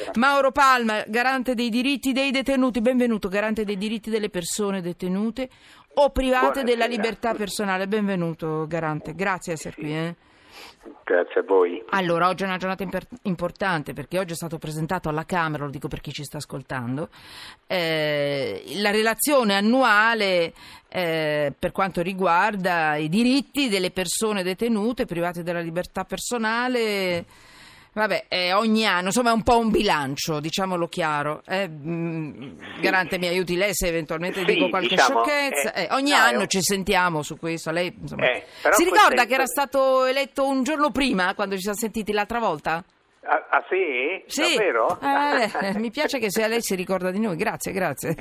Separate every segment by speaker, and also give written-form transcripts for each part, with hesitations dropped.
Speaker 1: Mauro Palma, garante dei diritti dei detenuti. Benvenuto, garante dei diritti delle persone detenute o private della libertà personale. Benvenuto, garante. Grazie di essere qui.
Speaker 2: Grazie a voi.
Speaker 1: Allora, oggi è una giornata importante perché oggi è stato presentato alla Camera, lo dico per chi ci sta ascoltando, la relazione annuale per quanto riguarda i diritti delle persone detenute, private della libertà personale. Vabbè, ogni anno, insomma è un po' un bilancio, diciamolo chiaro. Garante, mi aiuti lei se eventualmente dico qualche sciocchezza. Ogni anno ci sentiamo su questo. Lei insomma, si ricorda che era stato eletto un giorno prima, quando ci siamo sentiti l'altra volta?
Speaker 2: Ah sì?
Speaker 1: Sì.
Speaker 2: Davvero?
Speaker 1: Mi piace che sia lei si ricorda di noi, grazie.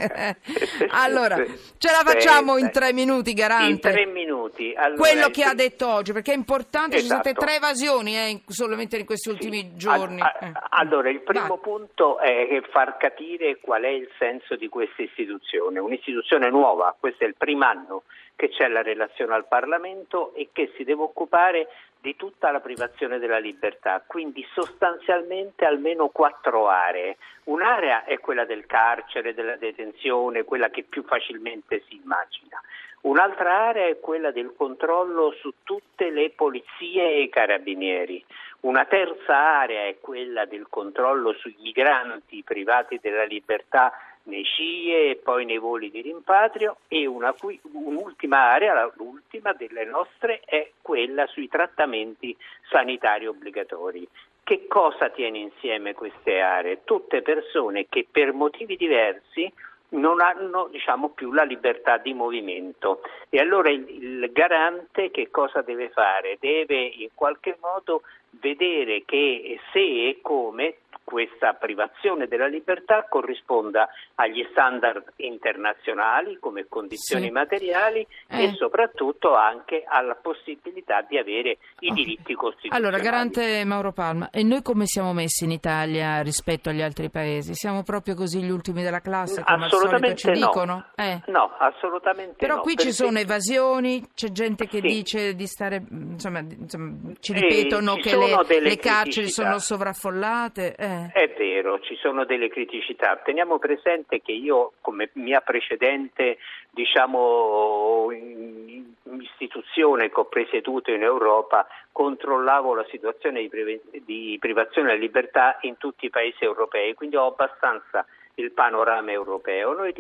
Speaker 1: Allora, ce la facciamo in 3 minuti, garante?
Speaker 2: In 3 minuti. Allora,
Speaker 1: quello che ha detto oggi, perché è importante,
Speaker 2: esatto.
Speaker 1: Ci sono state 3 evasioni solamente in questi ultimi giorni.
Speaker 2: Allora, il primo punto è far capire qual è il senso di questa istituzione. Un'istituzione nuova, questo è il primo anno che c'è la relazione al Parlamento e che si deve occupare di tutta la privazione della libertà, quindi sostanzialmente almeno 4 aree. Un'area è quella del carcere, della detenzione, quella che più facilmente si immagina. Un'altra area è quella del controllo su tutte le polizie e i carabinieri. Una terza area è quella del controllo sui migranti privati della libertà nei CIE e poi nei voli di rimpatrio, e un'ultima area, l'ultima delle nostre, è quella sui trattamenti sanitari obbligatori. Che cosa tiene insieme queste aree? Tutte persone che per motivi diversi non hanno più la libertà di movimento, e allora il garante che cosa deve fare? Deve in qualche modo vedere che se e come questa privazione della libertà corrisponda agli standard internazionali come condizioni materiali e soprattutto anche alla possibilità di avere i diritti costituzionali.
Speaker 1: Allora, garante Mauro Palma, e noi come siamo messi in Italia rispetto agli altri paesi? Siamo proprio così gli ultimi della classe, come al solito ci dicono?
Speaker 2: No, assolutamente
Speaker 1: però
Speaker 2: no.
Speaker 1: Qui ci sono evasioni, c'è gente che dice di stare, insomma ci ripetono che le carceri sono sovraffollate.
Speaker 2: È vero, ci sono delle criticità. Teniamo presente che io, come mia precedente istituzione che ho presieduto in Europa, controllavo la situazione di privazione della libertà in tutti i paesi europei, quindi ho abbastanza il panorama europeo. Noi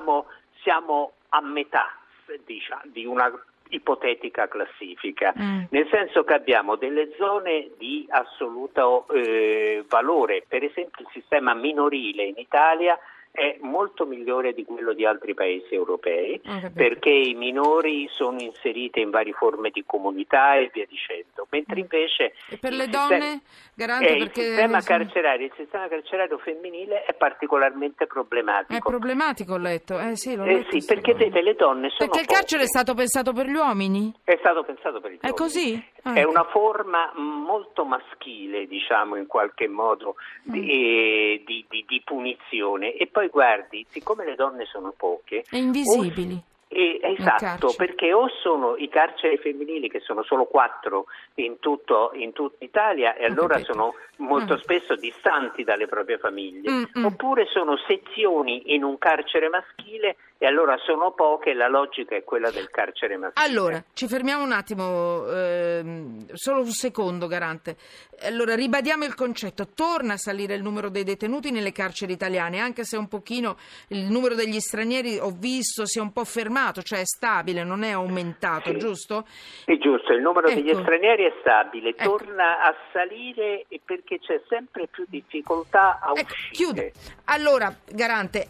Speaker 2: siamo a metà di una ipotetica classifica, nel senso che abbiamo delle zone di assoluto valore. Per esempio il sistema minorile in Italia è molto migliore di quello di altri paesi europei, perché i minori sono inseriti in varie forme di comunità e via dicendo, mentre invece
Speaker 1: e per le donne, garante,
Speaker 2: il sistema carcerario femminile è particolarmente problematico.
Speaker 1: È problematico, ho letto. L'ho letto,
Speaker 2: sì, perché le donne sono
Speaker 1: perché il carcere è stato pensato per gli uomini?
Speaker 2: È stato pensato per gli uomini.
Speaker 1: È così?
Speaker 2: È una forma molto maschile, in qualche modo, di punizione. E poi guardi, siccome le donne sono poche,
Speaker 1: è invisibili.
Speaker 2: Esatto, perché o sono i carceri femminili, che sono solo 4 in tutta Italia, e allora sono molto spesso distanti dalle proprie famiglie, oppure sono sezioni in un carcere maschile e allora sono poche, e la logica è quella del carcere maschile.
Speaker 1: Allora, ci fermiamo un attimo, solo un secondo, garante. Allora, ribadiamo il concetto: torna a salire il numero dei detenuti nelle carceri italiane, anche se un pochino il numero degli stranieri, ho visto, si è un po' fermato, cioè è stabile, non è aumentato, giusto?
Speaker 2: È giusto, il numero degli stranieri è stabile, torna a salire perché c'è sempre più difficoltà a uscire.
Speaker 1: Chiude. Allora, garante,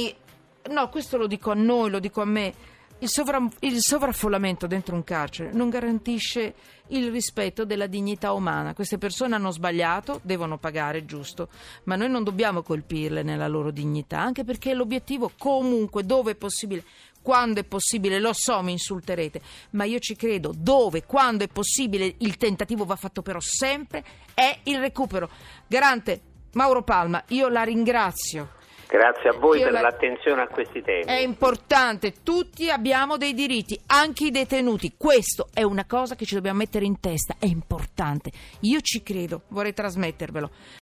Speaker 1: no, questo lo dico a noi, lo dico a me. Il sovraffollamento dentro un carcere non garantisce il rispetto della dignità umana. Queste persone hanno sbagliato, devono pagare, giusto, ma noi non dobbiamo colpirle nella loro dignità, anche perché l'obiettivo comunque, dove è possibile, quando è possibile, lo so, mi insulterete, ma io ci credo, dove, quando è possibile, il tentativo va fatto, però sempre è il recupero. Garante Mauro Palma, io la ringrazio.
Speaker 2: Grazie a voi per l'attenzione a questi temi.
Speaker 1: È importante, tutti abbiamo dei diritti, anche i detenuti. Questo è una cosa che ci dobbiamo mettere in testa, è importante. Io ci credo, vorrei trasmettervelo.